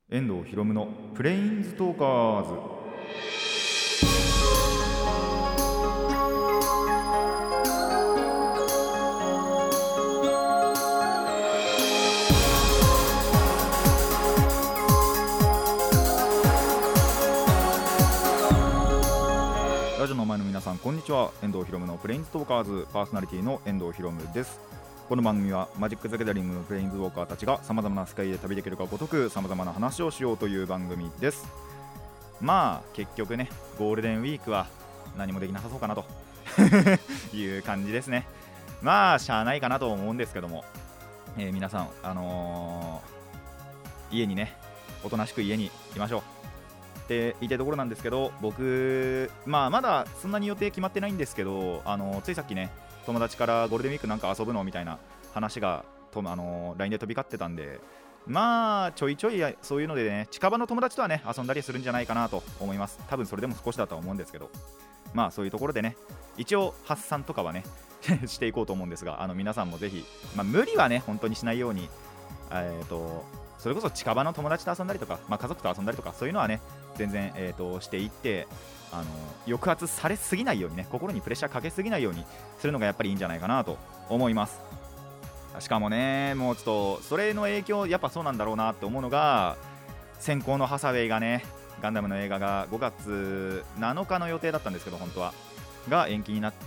遠藤ひろむのプレインズトーカーズ。ラジオの前の皆さん、こんにちは。遠藤ひろむのプレインズトーカーズパーソナリティの遠藤ひろむです。この番組はマジック・ザ・ギャザリングのプレインズウォーカーたちがさまざまな世界で旅できるかごとくさまざまな話をしようという番組です。まあ結局ね、ゴールデンウィークは何もできなさそうかなという感じですね。まあしゃあないかなと思うんですけども、皆さん家にね、おとなしく家にいましょうって言いたいところなんですけど、僕まだそんなに予定決まってないんですけど、ついさっきね、友達からゴールデンウィークなんか遊ぶのみたいな話がLINE で飛び交ってたんで、まあちょいちょいそういうのでね、近場の友達とはね遊んだりするんじゃないかなと思います。多分それでも少しだとは思うんですけど、まあそういうところでね、一応発散とかはねしていこうと思うんですが、皆さんもぜひ、無理はね本当にしないように、それこそ近場の友達と遊んだりとか、家族と遊んだりとか、そういうのはね全然、していって、抑圧されすぎないようにね、心にプレッシャーかけすぎないようにするのがやっぱりいいんじゃないかなと思います。しかもね、もうちょっとそれの影響やっぱそうなんだろうなって思うのが、先行のハサウェイがね、ガンダムの映画が5月7日の予定だったんですけど、本当はが延期になって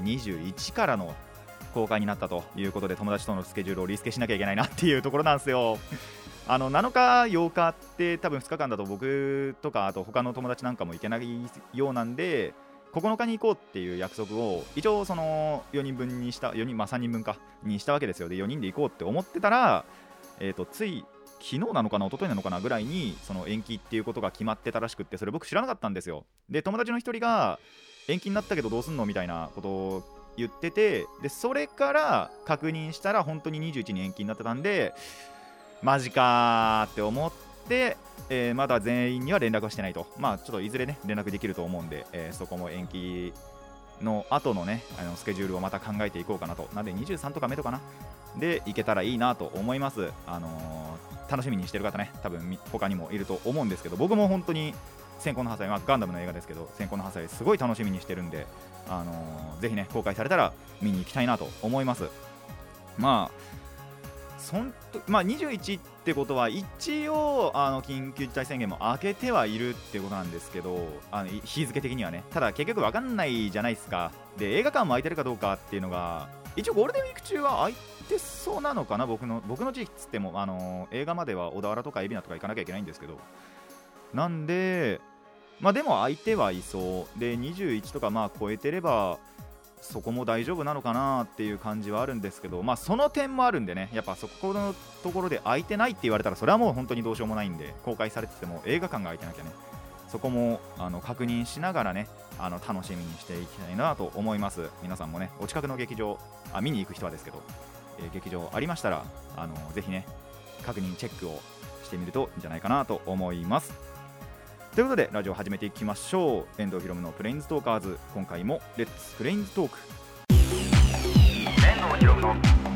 、21からの公開になったということで、友達とのスケジュールをリスケしなきゃいけないなっていうところなんですよ。7日8日って多分2日間だと僕とかあと他の友達なんかも行けないようなんで、9日に行こうっていう約束を一応その4人分にした、3人分かにしたわけですよ。で4人で行こうって思ってたら、つい昨日なのかな一昨日なのかなぐらいにその延期っていうことが決まってたらしくって、それ僕知らなかったんですよ。で友達の一人が延期になったけどどうすんのみたいなことを言ってて、でそれから確認したら本当に21に延期になってたんで、マジかーって思って、まだ全員には連絡はしてないと。ちょっといずれね連絡できると思うんで、そこも延期の後のねスケジュールをまた考えていこうかなと。なんで23とか目とかなで行けたらいいなと思います。楽しみにしてる方ね、多分他にもいると思うんですけど、僕も本当に先行のハサウェイ、ガンダムの映画ですけど先行のハサウェイすごい楽しみにしてるんで、ぜひね公開されたら見に行きたいなと思います。21ってことは一応緊急事態宣言も明けてはいるっていうことなんですけど、日付的にはね、ただ結局分かんないじゃないですか。で映画館も空いてるかどうかっていうのが、一応ゴールデンウィーク中は空いてそうなのかな。僕の地域っつっても映画までは小田原とか海老名とか行かなきゃいけないんですけど、なんででも空いてはいそうで、21とか超えてればそこも大丈夫なのかなっていう感じはあるんですけど、その点もあるんでね、やっぱそこのところで空いてないって言われたらそれはもう本当にどうしようもないんで、公開されてても映画館が空いてなきゃね、そこも確認しながらね楽しみにしていきたいなと思います。皆さんもねお近くの劇場見に行く人はですけど、劇場ありましたらぜひね確認チェックをしてみるといいんじゃないかなと思います。ということでラジオ始めていきましょう。遠藤ひろむのプレインズトーカーズ、今回もレッツプレインズトーク。遠藤ひろむの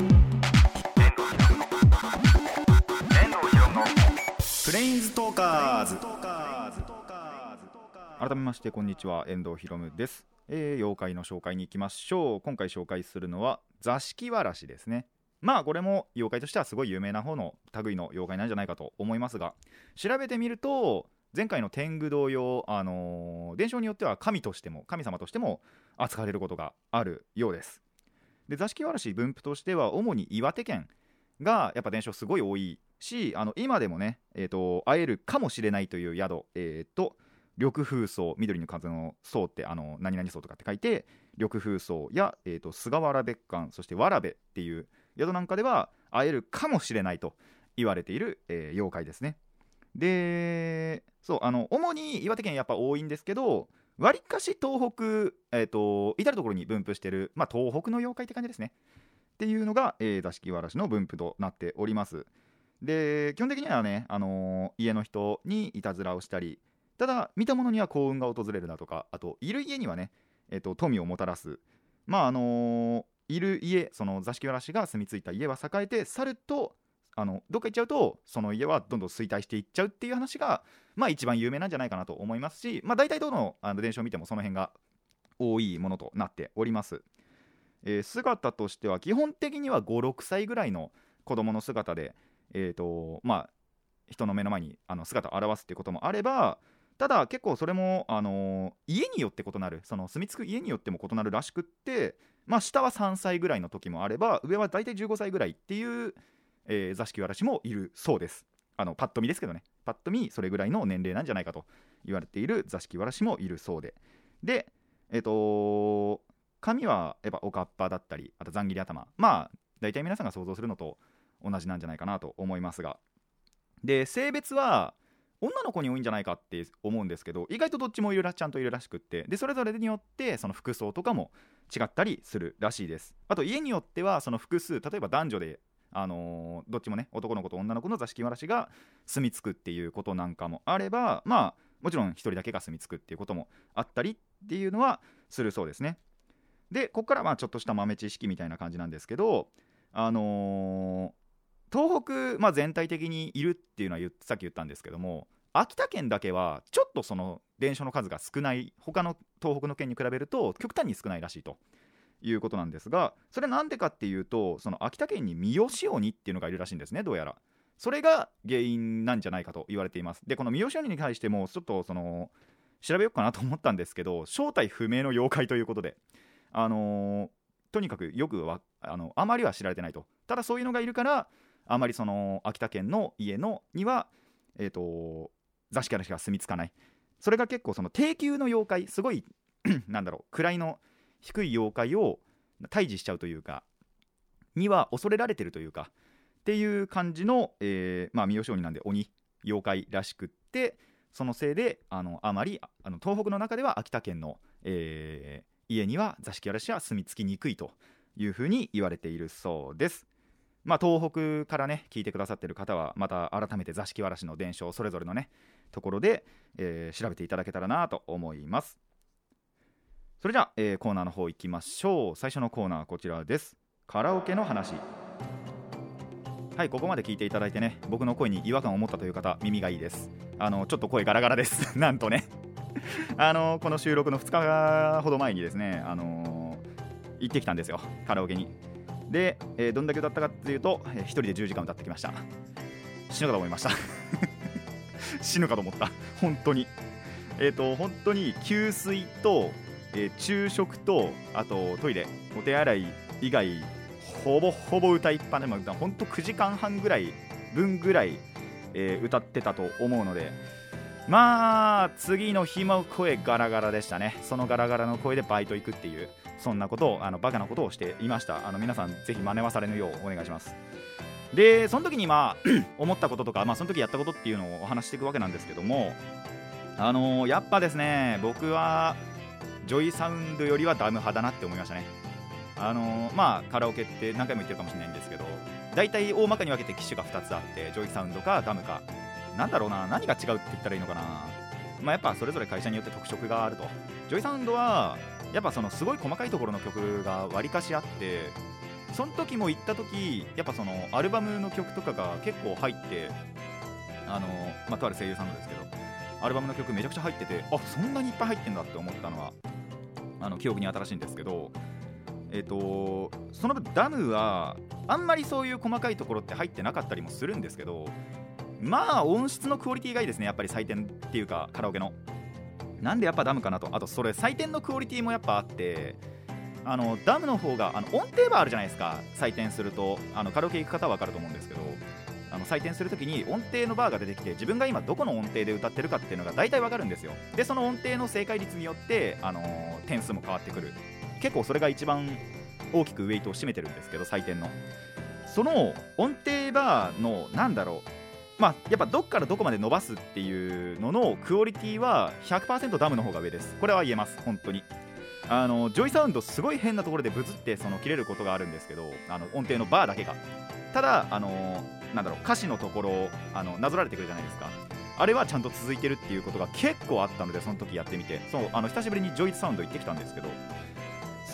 プレインズトーカーズ。改めましてこんにちは、遠藤ひろむです。妖怪の紹介に行きましょう。今回紹介するのは座敷わらしですね。これも妖怪としてはすごい有名な方の類の妖怪なんじゃないかと思いますが、調べてみると前回の天狗同様、伝承によっては神様としても扱われることがあるようです。で座敷わらし分布としては主に岩手県がやっぱ伝承すごい多いし、今でもね、会えるかもしれないという宿、緑風荘、緑の風の荘って何々荘とかって書いて緑風荘や、菅原別館、そしてわらべっていう宿なんかでは会えるかもしれないと言われている、妖怪ですね。で主に岩手県やっぱ多いんですけど、わりかし東北、至る所に分布している、東北の妖怪って感じですねっていうのが、座敷わらしの分布となっております。で基本的にはね、家の人にいたずらをしたり、ただ見た者には幸運が訪れるだとか、あといる家にはね、富をもたらす、いる家、その座敷わらしが住み着いた家は栄えて、去るとどっか行っちゃうとその家はどんどん衰退していっちゃうっていう話が、一番有名なんじゃないかなと思いますし、大体どの伝承を見てもその辺が多いものとなっております。姿としては基本的には5、6歳ぐらいの子供の姿で、人の目の前に姿を現すっていうこともあれば、ただ結構それも、家によって異なる、その住み着く家によっても異なるらしくって、下は3歳ぐらいの時もあれば、上は大体15歳ぐらいっていう、座敷わらしもいるそうです。パッと見ですけどね、パッと見それぐらいの年齢なんじゃないかと言われている座敷わらしもいるそうで、髪はやっぱおかっぱだったり、あとざん切り頭、大体皆さんが想像するのと同じなんじゃないかなと思いますが、で性別は女の子に多いんじゃないかって思うんですけど、意外とどっちもちゃんといるらしくって、でそれぞれによってその服装とかも違ったりするらしいです。あと家によってはその複数、例えば男女で、どっちもね、男の子と女の子の座敷わらしが住み着くっていうことなんかもあれば、もちろん一人だけが住み着くっていうこともあったりっていうのはするそうですね。でここからちょっとした豆知識みたいな感じなんですけど、東北、全体的にいるっていうのはさっき言ったんですけども、秋田県だけはちょっとその伝承の数が少ない、他の東北の県に比べると極端に少ないらしいということなんですが、それなんでかっていうと、その秋田県に三好鬼っていうのがいるらしいんですね。どうやらそれが原因なんじゃないかと言われています。でこの三好鬼に対してもちょっと調べようかなと思ったんですけど、正体不明の妖怪ということで、とにかくよくあまりは知られてないと。ただそういうのがいるから、あまりその秋田県の家には、座敷わらしが住み着かない。それが結構その低級の妖怪、すごい位の低い妖怪を退治しちゃうというかには恐れられてるというかっていう感じの、三好鬼なんで鬼妖怪らしくって、そのせいであまり東北の中では秋田県の、家には座敷わらしは住み着きにくいというふうに言われているそうです。東北からね聞いてくださっている方はまた改めて座敷わらしの伝承それぞれのねところで、調べていただけたらなと思います。それじゃあ、コーナーの方行きましょう。最初のコーナーはこちらです。カラオケの話。はい、ここまで聞いていただいてね、僕の声に違和感を持ったという方、耳がいいです。ちょっと声ガラガラですなんとねこの収録の2日ほど前にですね、行ってきたんですよ、カラオケに。で、どんだけ歌ったかっていうと、1人で10時間歌ってきました。死ぬかと思いました死ぬかと思った本当に。本当に給水と、昼食と、あとトイレ、お手洗い以外ほぼほぼ歌いっぱなで、本当9時間半ぐらい分ぐらい、歌ってたと思うので、次の日も声ガラガラでしたね。そのガラガラの声でバイト行くっていう、そんなことをバカなことをしていました。皆さんぜひ真似はされぬようお願いします。でその時に思ったこととか、その時やったことっていうのをお話していくわけなんですけども、やっぱですね、僕はジョイサウンドよりはダム派だなって思いましたね。カラオケって何回も言ってるかもしれないんですけど、大体大まかに分けて機種が2つあって、ジョイサウンドかダムか、何が違うって言ったらいいのかな。やっぱそれぞれ会社によって特色があると。ジョイサウンドはやっぱすごい細かいところの曲がわりかしあって、その時も行った時やっぱアルバムの曲とかが結構入って、とある声優さんのですけど、アルバムの曲めちゃくちゃ入ってて、そんなにいっぱい入ってんだって思ったのは記憶に新しいんですけど、その分ダムはあんまりそういう細かいところって入ってなかったりもするんですけど、音質のクオリティがいいですね、やっぱり採点っていうかカラオケの。なんでやっぱダムかなと。あとそれ採点のクオリティもやっぱあって、ダムの方が音程バーあるじゃないですか。採点するとカラオケ行く方は分かると思うんですけど、採点するときに音程のバーが出てきて、自分が今どこの音程で歌ってるかっていうのが大体分かるんですよ。でその音程の正解率によって点数も変わってくる。結構それが一番大きくウェイトを占めてるんですけど、採点のその音程バーのやっぱどっからどこまで伸ばすっていうののクオリティは 100% ダムの方が上です。これは言えます。本当にジョイサウンドすごい変なところでブズって切れることがあるんですけど、音程のバーだけが。ただ歌詞のところなぞられてくるじゃないですか。あれはちゃんと続いてるっていうことが結構あったので、その時やってみて、久しぶりにジョイサウンド行ってきたんですけど、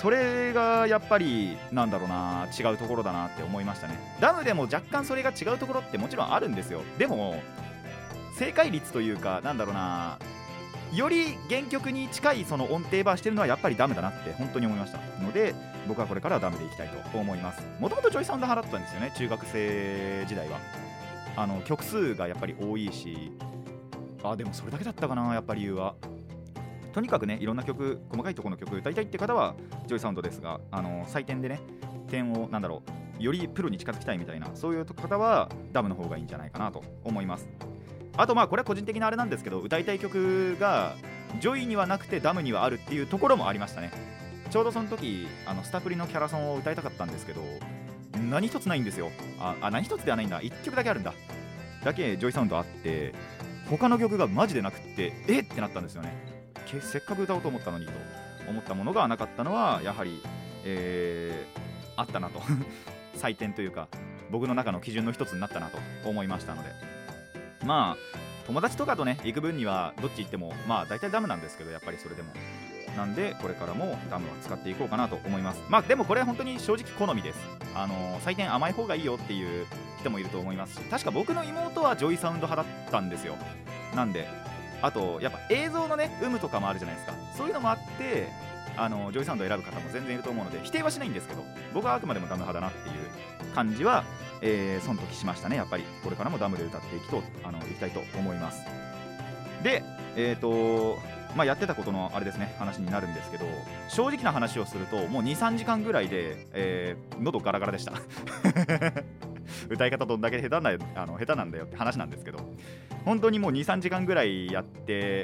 それがやっぱりなんだろうな、違うところだなって思いましたね。ダムでも若干それが違うところってもちろんあるんですよ。でも正解率というか、なんだろうな、より原曲に近いその音程バーしてるのはやっぱりダムだなって本当に思いましたので、僕はこれからはダムでいきたいと思います。もともとジョイサウンド派だったんですよね、中学生時代は。曲数がやっぱり多いし、でもそれだけだったかな、やっぱり理由は。とにかくね、いろんな曲、細かいところの曲歌いたいって方はジョイサウンドですが、採点でね、点をなんだろう、よりプロに近づきたいみたいな、そういう方はダムの方がいいんじゃないかなと思います。あとこれは個人的なあれなんですけど、歌いたい曲がジョイにはなくてダムにはあるっていうところもありましたね。ちょうどその時スタプリのキャラソンを歌いたかったんですけど、何一つないんですよ。何一つではないんだ、1曲だけあるんだ。だけジョイサウンドあって、他の曲がマジでなくってってなったんですよね。せっかく歌おうと思ったのにと思ったものがなかったのはやはり、あったなと採点というか僕の中の基準の一つになったなと思いましたので、友達とかとね行く分にはどっち行っても大体ダムなんですけど、やっぱりそれでもなんでこれからもダムは使っていこうかなと思います。でもこれは本当に正直好みです。採点甘い方がいいよっていう人もいると思いますし、確か僕の妹はジョイサウンド派だったんですよ。なんであとやっぱ映像のね有無とかもあるじゃないですか。そういうのもあってジョイサウンドを選ぶ方も全然いると思うので否定はしないんですけど、僕はあくまでもダム派だなっていう感じは、その時しましたね。やっぱりこれからもダムで歌っていきたいと思います。でやってたことのあれですね、話になるんですけど、正直な話をするともう 2,3 時間ぐらいで、喉ガラガラでした歌い方どんだけ下手なんだよって話なんですけど、本当にもう 2,3 時間ぐらいやって、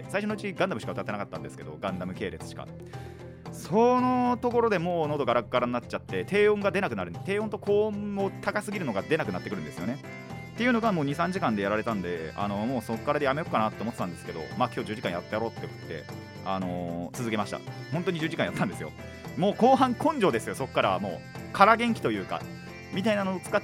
最初のうちガンダムしか歌ってなかったんですけど、ガンダム系列しか、そのところでもう喉ガラガラになっちゃって、低音が出なくなる、低音と高音も高すぎるのが出なくなってくるんですよね。っていうのがもう 2,3 時間でやられたんで、もうそこからでやめようかなって思ってたんですけど、今日10時間やってやろうって思って、続けました。本当に10時間やったんですよ。もう後半根性ですよ。そこからはもう空元気というかみたいなのを使って、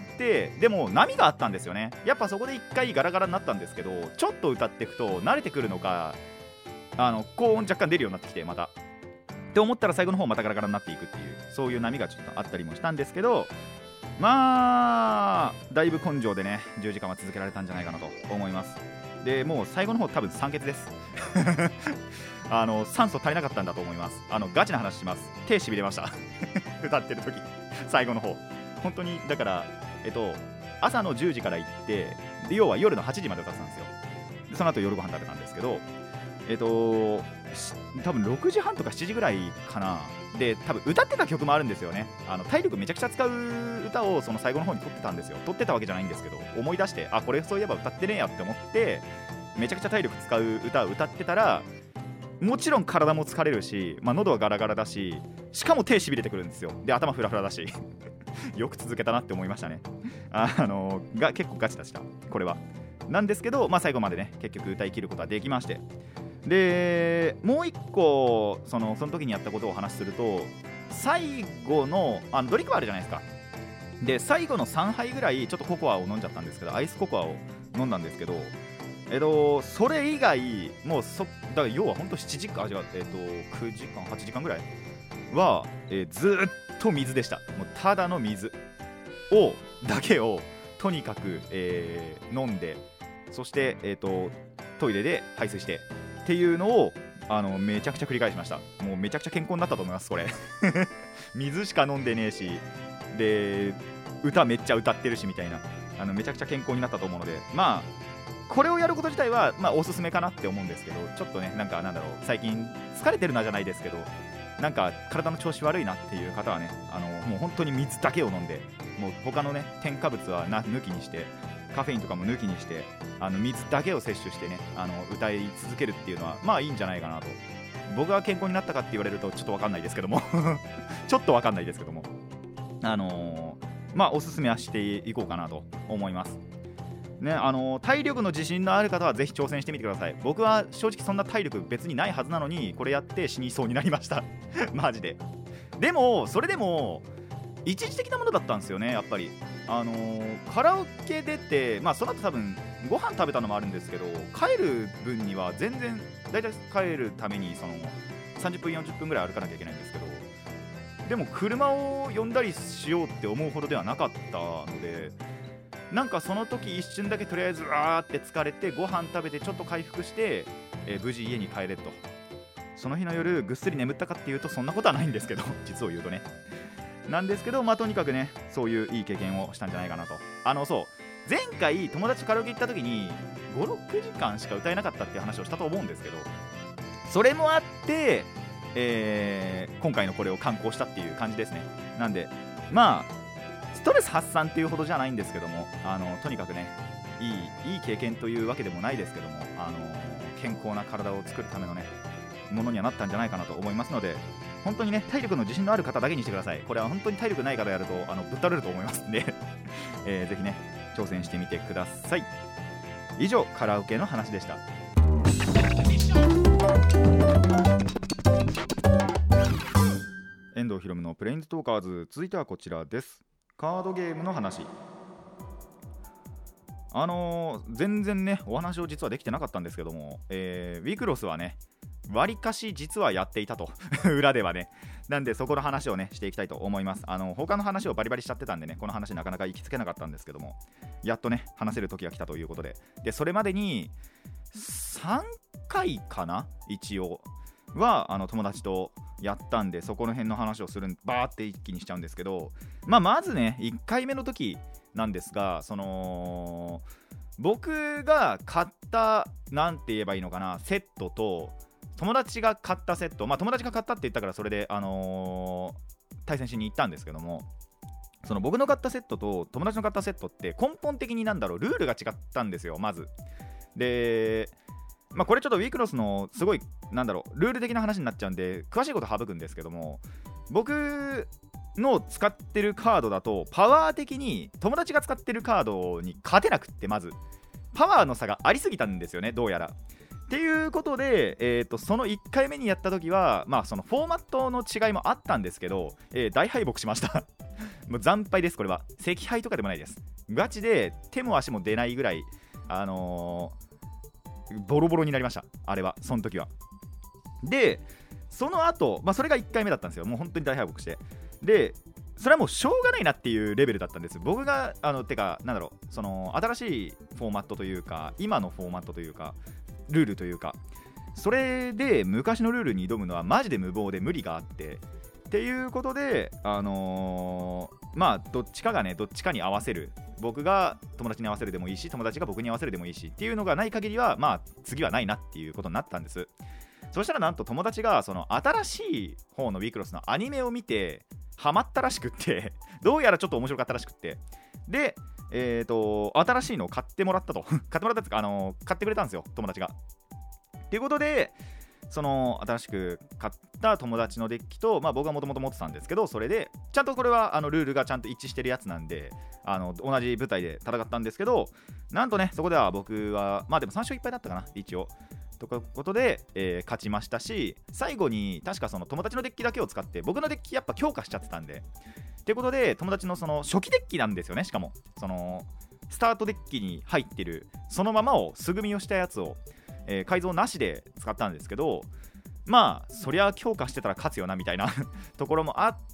でも波があったんですよね。やっぱそこで1回ガラガラになったんですけど、ちょっと歌っていくと慣れてくるのか、高音若干出るようになってきて、またって思ったら最後の方またガラガラになっていくっていう、そういう波がちょっとあったりもしたんですけど、だいぶ根性でね10時間は続けられたんじゃないかなと思います。でもう最後の方多分酸欠です酸素足りなかったんだと思います。ガチな話します。手しびれました歌ってる時最後の方本当に。だから朝の10時から行って、で要は夜の8時まで歌ってたんですよ。でその後夜ご飯食べたんですけど、多分6時半とか7時ぐらいかな。で多分歌ってた曲もあるんですよね。体力めちゃくちゃ使う歌をその最後の方に撮ってたんですよ。撮ってたわけじゃないんですけど、思い出してこれそういえば歌ってねえやって思って、めちゃくちゃ体力使う歌を歌ってたら、もちろん体も疲れるし、喉はガラガラだし、しかも手しびれてくるんですよ。で頭フラフラだしよく続けたなって思いましたね。結構ガチでしたこれは。なんですけど、最後までね結局歌い切ることができまして、でもう一個その時にやったことをお話しすると、最後のドリンクバーあるじゃないですか。で最後の3杯ぐらいちょっとココアを飲んじゃったんですけど、アイスココアを飲んだんですけど、それ以外もうだから要はほんと7時間9時間8時間ぐらいは、ずっと水でした。もうただの水だけをとにかく、飲んで、そして、トイレで排水してっていうのをめちゃくちゃ繰り返しました。もうめちゃくちゃ健康になったと思いますこれ水しか飲んでねえし、で歌めっちゃ歌ってるしみたいな、めちゃくちゃ健康になったと思うので、これをやること自体はおすすめかなって思うんですけど、ちょっとねなんだろう、最近疲れてるなじゃないですけど、なんか体の調子悪いなっていう方はね、もう本当に水だけを飲んで、もう他のね添加物は抜きにして、カフェインとかも抜きにして、水だけを摂取してね歌い続けるっていうのはいいんじゃないかなと。僕が健康になったかって言われるとちょっと分かんないですけどもちょっと分かんないですけども、おすすめはしていこうかなと思いますね。体力の自信のある方はぜひ挑戦してみてください。僕は正直そんな体力別にないはずなのに、これやって死にそうになりましたマジで。でもそれでも一時的なものだったんですよね。やっぱりカラオケ出て、その後多分ご飯食べたのもあるんですけど、帰る分には全然、だいたい帰るためにその30分40分ぐらい歩かなきゃいけないんですけど、 でも車を呼んだりしようって思うほどではなかったので、なんかその時一瞬だけとりあえずわーって疲れてご飯食べてちょっと回復して、無事家に帰れると。その日の夜ぐっすり眠ったかっていうとそんなことはないんですけど実を言うとねなんですけど、とにかくねそういういい経験をしたんじゃないかなと。そう前回友達とカラオケ行った時に 5,6 時間しか歌えなかったっていう話をしたと思うんですけど、それもあって、今回のこれを敢行したっていう感じですね。なんでストレス発散っていうほどじゃないんですけども、とにかくねいい経験というわけでもないですけども、健康な体を作るためのねものにはなったんじゃないかなと思いますので、本当にね体力の自信のある方だけにしてください。これは本当に体力ない方やるとぶっ倒れると思いますんでぜひね挑戦してみてください。以上カラオケの話でした。遠藤ひろむのプレインズトーカーズ、続いてはこちらです。カードゲームの話。全然ねお話を実はできてなかったんですけども、ウィクロスはねわりかし実はやっていたと裏ではね。なんでそこの話をねしていきたいと思います。他の話をバリバリしちゃってたんでね、この話なかなか行きつけなかったんですけども、やっとね話せる時が来たということで、それまでに3回かな一応は友達とやったんで、そこの辺の話をバーって一気にしちゃうんですけど、まずね1回目の時なんですが、僕が買ったなんて言えばいいのかなセットと友達が買ったセット、友達が買ったって言ったからそれで、対戦しに行ったんですけども、その僕の買ったセットと友達の買ったセットって根本的にルールが違ったんですよ。まずで、これちょっとウィクロスのすごいルール的な話になっちゃうんで詳しいこと省くんですけども、僕の使ってるカードだとパワー的に友達が使ってるカードに勝てなくって、まずパワーの差がありすぎたんですよね、どうやら。っていうことで、その1回目にやった時は、そのフォーマットの違いもあったんですけど、大敗北しましたもう惨敗です。これは惜敗とかでもないです。ガチで手も足も出ないぐらい、ボロボロになりました、あれは。その時は。でその後、それが1回目だったんですよ。もう本当に大敗北して、でそれはもうしょうがないなっていうレベルだったんです。僕がその新しいフォーマットというか、今のフォーマットというかルールというか、それで昔のルールに挑むのはマジで無謀で無理があってっていうことで、どっちかがねどっちかに合わせる、僕が友達に合わせるでもいいし、友達が僕に合わせるでもいいしっていうのがない限りは次はないなっていうことになったんです。そしたらなんと友達がその新しい方のウィクロスのアニメを見てハマったらしくってどうやらちょっと面白かったらしくって、で新しいのを買ってもらったと買ってもらったっていうか、買ってくれたんですよ、友達が。っていうことで、その新しく買った友達のデッキと、僕はもともと持ってたんですけど、それでちゃんとこれはルールがちゃんと一致してるやつなんで、同じ舞台で戦ったんですけど、なんとねそこでは僕はでも3勝1敗だったかな一応ということで、勝ちましたし、最後に確かその友達のデッキだけを使って僕のデッキやっぱ強化しちゃってたんで、っていうことで友達のその初期デッキなんですよね。しかもそのスタートデッキに入ってるそのままを素組みをしたやつを、改造なしで使ったんですけど、そりゃ強化してたら勝つよなみたいなところもあって、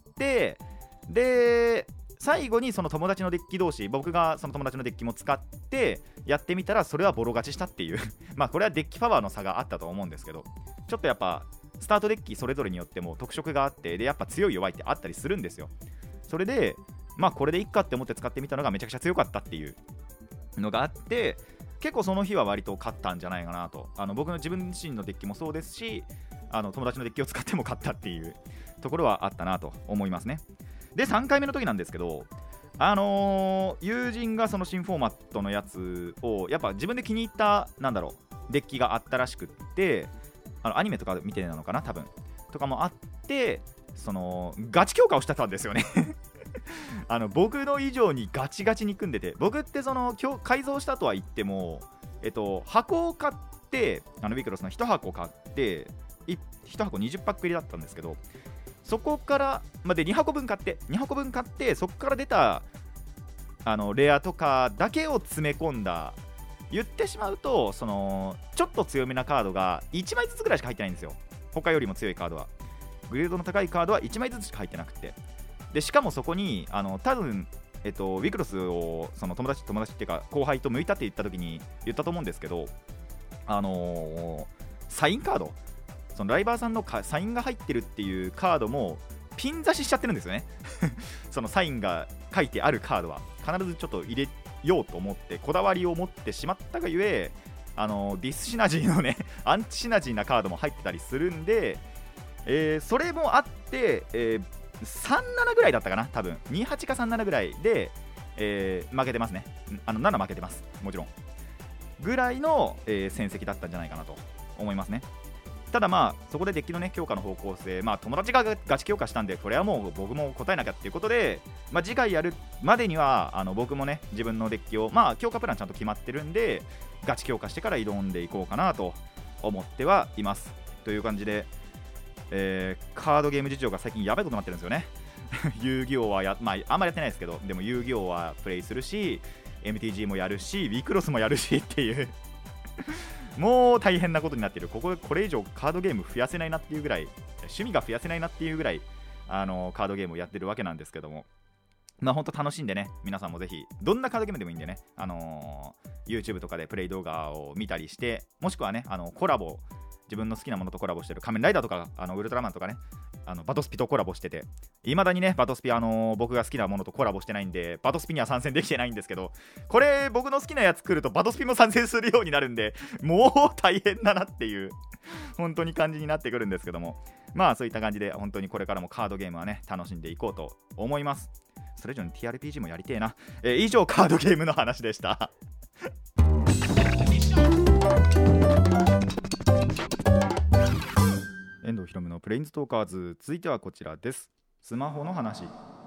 で最後にその友達のデッキ同士、僕がその友達のデッキも使ってやってみたらそれはボロ勝ちしたっていうこれはデッキパワーの差があったと思うんですけど、ちょっとやっぱスタートデッキそれぞれによっても特色があって、でやっぱ強い弱いってあったりするんですよ。それでこれでいっかって思って使ってみたのがめちゃくちゃ強かったっていうのがあって、結構その日は割と勝ったんじゃないかなと。僕の自分自身のデッキもそうですし、友達のデッキを使っても勝ったっていうところはあったなと思いますね。で3回目の時なんですけど、友人がその新フォーマットのやつをやっぱ自分で気に入ったデッキがあったらしくって、アニメとか見てなのかな多分とかもあって、そのガチ強化をしてたんですよね僕の以上にガチガチに組んでて、僕ってその改造したとは言っても、箱を買ってウィクロスの1箱買って1箱20パック入りだったんですけど、そこからで2箱分買ってそこから出たレアとかだけを詰め込んだ、言ってしまうとそのちょっと強めなカードが1枚ずつぐらいしか入ってないんですよ、他よりも強いカードは。っグレードの高いカードは1枚ずつしか入ってなくて、でしかもそこに多分ウィクロスをその友達っていうか後輩と向いたって言った時に言ったと思うんですけど、サインカード、そのライバーさんのサインが入ってるっていうカードもピン刺ししちゃってるんですよねそのサインが書いてあるカードは必ずちょっと入れようと思ってこだわりを持ってしまったがゆえ、ディスシナジーのねアンチシナジーなカードも入ってたりするんで、それもあって、37ぐらいだったかな、多分28か37ぐらいで、負けてますね。7負けてます、もちろんぐらいの、戦績だったんじゃないかなと思いますね。ただまあそこでデッキのね強化の方向性、まあ友達がガチ強化したんでこれはもう僕も答えなきゃっていうことで、まあ、次回やるまでには僕もね自分のデッキをまあ強化プランちゃんと決まってるんでガチ強化してから挑んでいこうかなと思ってはいますという感じで、カードゲーム事情が最近やばいことになってるんですよね遊戯王はまああんまりやってないですけど、でも遊戯王はプレイするし MTG もやるしウィクロスもやるしっていうもう大変なことになっている。これ以上カードゲーム増やせないなっていうぐらい、趣味が増やせないなっていうぐらいカードゲームをやってるわけなんですけども、まあ本当楽しんでね、皆さんもぜひどんなカードゲームでもいいんでね、YouTube とかでプレイ動画を見たりして、もしくはねコラボ、自分の好きなものとコラボしてる仮面ライダーとかウルトラマンとかね、バトスピとコラボしてて、いまだにねバトスピ僕が好きなものとコラボしてないんでバトスピには参戦できてないんですけど、これ僕の好きなやつ作るとバトスピも参戦するようになるんで、もう大変だなっていう本当に感じになってくるんですけども、まあそういった感じで本当にこれからもカードゲームはね楽しんでいこうと思います。それ以上に TRPG もやりてえな。以上カードゲームの話でした遠藤ひろむのプレインズトーカーズ、続いてはこちらです。スマホの話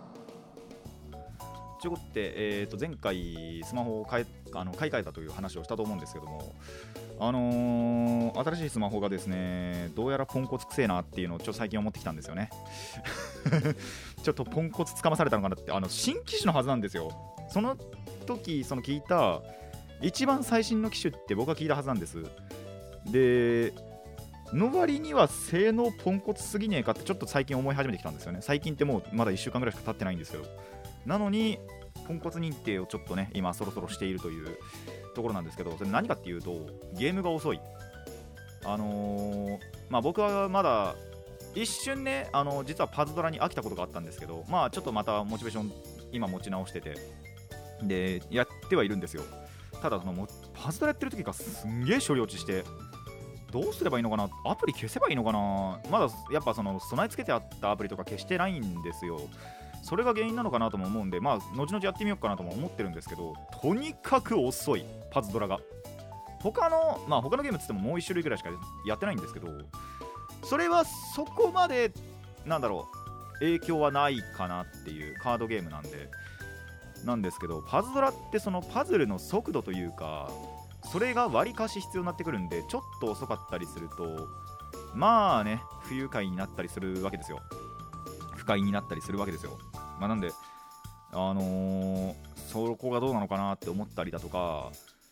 ということで、前回スマホを買い替えたという話をしたと思うんですけども、新しいスマホがですねどうやらポンコツくせえなっていうのを最近思ってきたんですよねちょっとポンコツつかまされたのかなって、新機種のはずなんですよ。その時聞いた一番最新の機種って僕は聞いたはずなんです。での割には性能ポンコツすぎねえかってちょっと最近思い始めてきたんですよね。最近ってもうまだ1週間ぐらいしか経ってないんですけど、なのにポンコツ認定をちょっとね今そろそろしているというところなんですけど、それ何かっていうとゲームが遅い。まあ僕はまだ一瞬ね実はパズドラに飽きたことがあったんですけど、まあちょっとまたモチベーション今持ち直してて、でやってはいるんですよ。ただパズドラやってる時がすんげえ処理落ちして、どうすればいいのかな、アプリ消せばいいのかな、まだやっぱ備え付けてあったアプリとか消してないんですよ。それが原因なのかなとも思うんで、まあ後々やってみようかなとも思ってるんですけど、とにかく遅いパズドラが。他のゲームっつってももう1種類ぐらいしかやってないんですけど、それはそこまで影響はないかなっていうカードゲームなんですけど、パズドラってそのパズルの速度というかそれが割かし必要になってくるんで、ちょっと遅かったりするとまあね不愉快になったりするわけですよ。不快になったりするわけですよ。まあなんでそこがどうなのかなって思ったりだとか、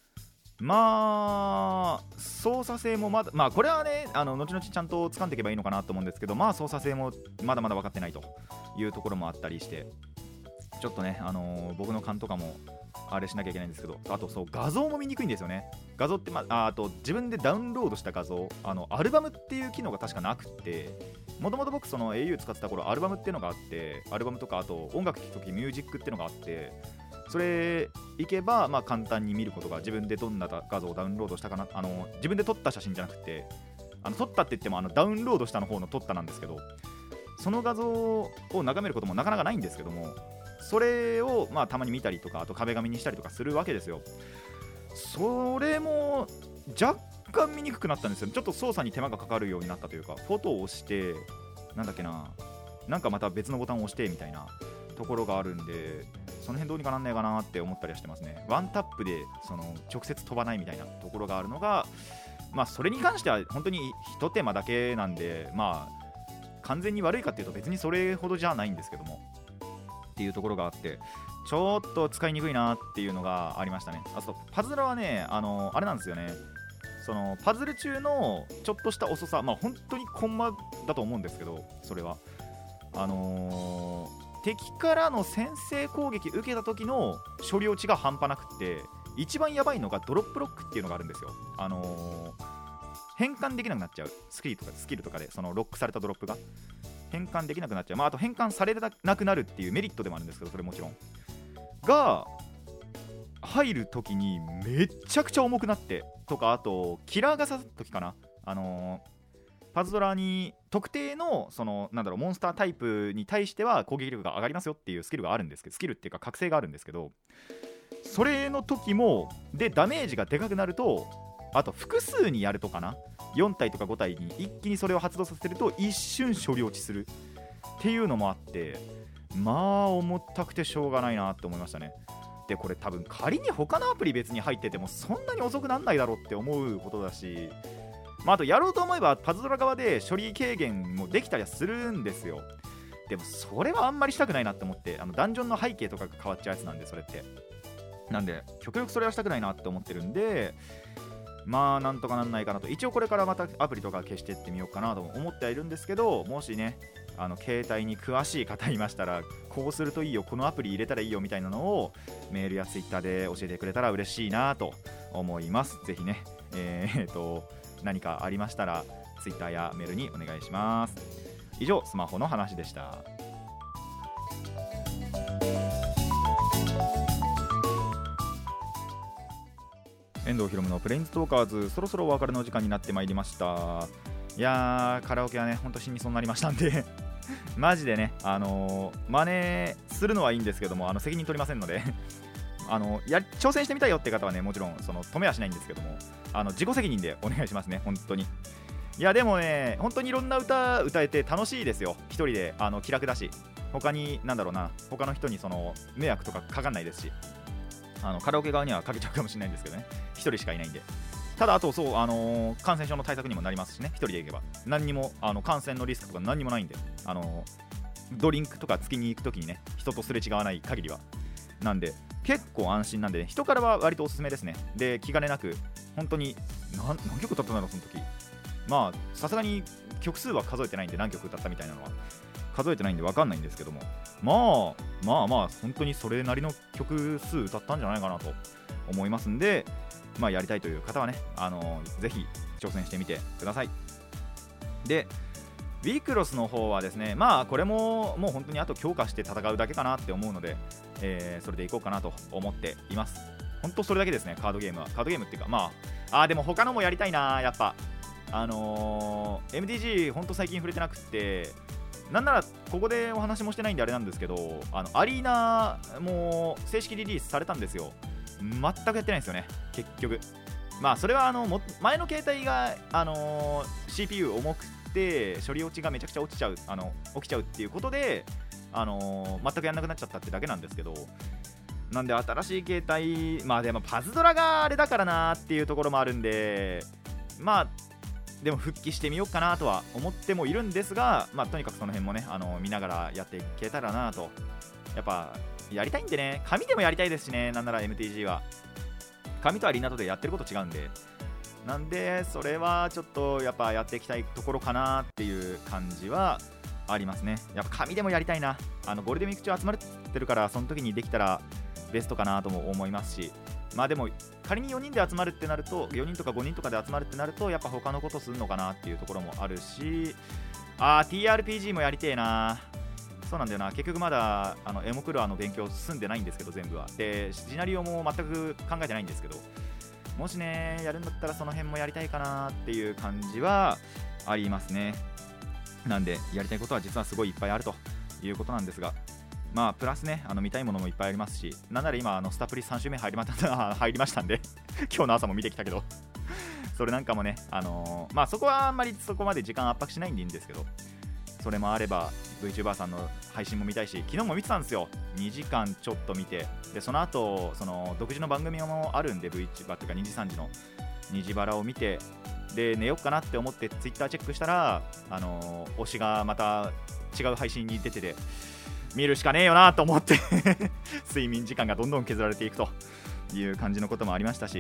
まあ操作性もまだこれはね後々ちゃんと掴んでいけばいいのかなと思うんですけど、まあ操作性もまだまだ分かってないというところもあったりして、ちょっとね僕の勘とかもあれしなきゃいけないんですけど、あと画像も見にくいんですよね。画像ってあと自分でダウンロードした画像アルバムっていう機能が確かなくって、もともと僕au 使ってた頃アルバムっていうのがあって、アルバムとかあと音楽聴くときミュージックっていうのがあって、それいけば簡単に見ることが、自分でどんな画像をダウンロードしたかな、自分で撮った写真じゃなくて撮ったって言ってもダウンロードしたの方の撮ったなんですけど、その画像を眺めることもなかなかないんですけども、それをたまに見たりとか、あと壁紙にしたりとかするわけですよ。それも若干見にくくなったんですよ。ちょっと操作に手間がかかるようになったというか、フォトを押してなんかまた別のボタンを押してみたいなところがあるんで、その辺どうにかなんないかなって思ったりはしてますね。ワンタップで直接飛ばないみたいなところがあるのが、それに関しては本当に一手間だけなんで、完全に悪いかっていうと別にそれほどじゃないんですけどもっていうところがあって、ちょっと使いにくいなっていうのがありましたね。あとパズドラはねあれなんですよね、 そのパズル中のちょっとした遅さ、まあ本当にコンマだと思うんですけど、それは敵からの先制攻撃受けた時の処理落ちが半端なくって、一番やばいのがドロップロックっていうのがあるんですよ。変換できなくなっちゃう、スキルとかでそのロックされたドロップが変換できなくなっちゃう、まあ、あと変換されなくなるっていうメリットでもあるんですけど、それもちろんが入るときにめっちゃくちゃ重くなってとか、あとキラーが刺さった時かな、パズドラに特定のそのなんだろうモンスタータイプに対しては攻撃力が上がりますよっていうスキルがあるんですけど、スキルっていうか覚醒があるんですけど、それの時もでダメージがでかくなると、あと複数にやるとかな、4体とか5体に一気にそれを発動させると一瞬処理落ちするっていうのもあって、まあ重たくてしょうがないなって思いましたね。でこれ多分仮に他のアプリ別に入っててもそんなに遅くなんないだろうって思うことだし、まあ、あとやろうと思えばパズドラ側で処理軽減もできたりはするんですよ。でもそれはあんまりしたくないなって思って、ダンジョンの背景とかが変わっちゃうやつなんで、それってなんで極力それはしたくないなって思ってるんで、まあなんとかなんないかなと。一応これからまたアプリとか消していってみようかなと思ってはいるんですけど、もしね携帯に詳しい方いましたら、こうするといいよ、このアプリ入れたらいいよみたいなのをメールやツイッターで教えてくれたら嬉しいなと思います。ぜひね何かありましたらツイッターやメールにお願いします。以上スマホの話でした。遠藤ひろむのプレインズトーカーズ、そろそろお別れの時間になってまいりました。いやーカラオケはねほんと死にそうになりましたんでマジでね真似するのはいいんですけども責任取りませんので挑戦してみたいよって方はねもちろんその止めはしないんですけども自己責任でお願いしますね本当に。いやでもね本当にいろんな歌歌えて楽しいですよ。一人で気楽だし、他になんだろうな、他の人にその迷惑とかかかんないですし、カラオケ側にはかけちゃうかもしれないんですけどね、一人しかいないんで。ただあとそう感染症の対策にもなりますしね、一人で行けば何にも感染のリスクとか何にもないんで、ドリンクとか付きに行くときにね人とすれ違わない限りはなんで結構安心なんで、ね、人からは割とおすすめですね。で気兼ねなく本当に何曲歌ったんだろうその時、まあさすがに曲数は数えてないんで、何曲歌ったみたいなのは数えてないんで分かんないんですけども、まあ本当にそれなりの曲数歌ったんじゃないかなと思いますんで、まあやりたいという方はねぜひ挑戦してみてください。でウィークロスの方はですね、まあこれももう本当にあと強化して戦うだけかなって思うので、それでいこうかなと思っています。本当それだけですね。カードゲームっていうか、まあでも他のもやりたいな。やっぱMTG 本当最近触れてなくって、なんならここでお話もしてないんであれなんですけど、アリーナも正式リリースされたんですよ。全くやってないんですよね結局。まあそれは前の携帯がCPU 重くて処理落ちがめちゃくちゃ起きちゃうっていうことで全くやんなくなっちゃったってだけなんですけど、なんで新しい携帯、まあでもパズドラがあれだからなっていうところもあるんで、まあでも復帰してみようかなとは思ってもいるんですが、まあとにかくその辺もね見ながらやっていけたらなと。やっぱやりたいんでね、紙でもやりたいですしね。なんなら MTG は紙とアリーナとでやってること違うんで、なんでそれはちょっとやっぱやっていきたいところかなっていう感じはありますね。やっぱ紙でもやりたいな。ゴールデンウィーク中集まってるから、その時にできたらベストかなとも思いますし、まあでも仮に4人で集まるってなると、4人とか5人とかで集まるってなるとやっぱ他のことするのかなっていうところもあるし、TRPG もやりてえな。そうなんだよな、結局まだエモクルアの勉強進んでないんですけど、全部はでシナリオも全く考えてないんですけど、もしねやるんだったらその辺もやりたいかなっていう感じはありますね。なんでやりたいことは実はすごいいっぱいあるということなんですが、まあプラスね見たいものもいっぱいありますし、なんなら今スタプリ3週目入りましたんで今日の朝も見てきたけどそれなんかもねまあそこはあんまりそこまで時間圧迫しないんでいいんですけど、それもあれば VTuber さんの配信も見たいし、昨日も見てたんですよ。2時間ちょっと見て、でその後その独自の番組もあるんで VTuber っていうか2時3時の2時バラを見て、で寝ようかなって思って Twitter チェックしたら推しがまた違う配信に出てて、見るしかねえよなと思って睡眠時間がどんどん削られていくという感じのこともありましたし、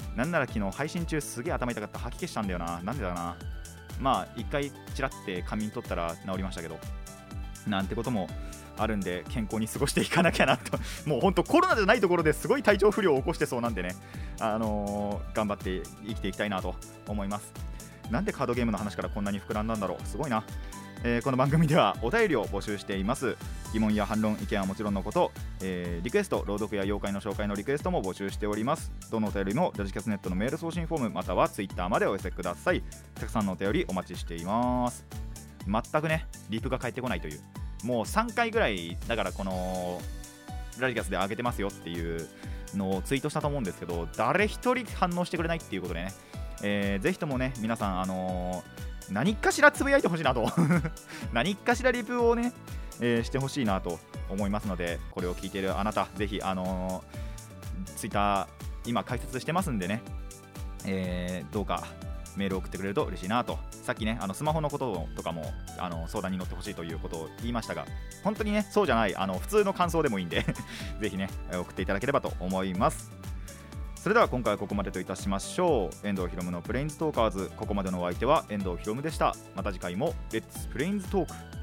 なんなら昨日配信中すげえ頭痛かった、吐き気したんだよな。なんでだな。まあ一回チラって仮眠取ったら治りましたけど、なんてこともあるんで健康に過ごしていかなきゃなともうほんとコロナじゃないところですごい体調不良を起こしてそうなんでね、頑張って生きていきたいなと思います。なんでカードゲームの話からこんなに膨らんだんだろう、すごいな。この番組ではお便りを募集しています。疑問や反論、意見はもちろんのこと、リクエスト、朗読や妖怪の紹介のリクエストも募集しております。どのお便りもラジキャスネットのメール送信フォームまたはツイッターまでお寄せください。たくさんのお便りお待ちしています。全くねリプが返ってこないという、もう3回ぐらいだからこのラジキャスで上げてますよっていうのをツイートしたと思うんですけど、誰一人反応してくれないっていうことでね、ぜひともね皆さん何かしらつぶやいてほしいなと何かしらリプをね、してほしいなと思いますので、これを聞いているあなたぜひツイッター今解説してますんでね、どうかメールを送ってくれると嬉しいなと。さっきねスマホのこととかも相談に乗ってほしいということを言いましたが、本当にねそうじゃない普通の感想でもいいんでぜひね送っていただければと思います。それでは今回はここまでといたしましょう。遠藤ひろむのプレインズトーカーズ、ここまでのお相手は遠藤ひろむでした。また次回もレッツプレインズトーク。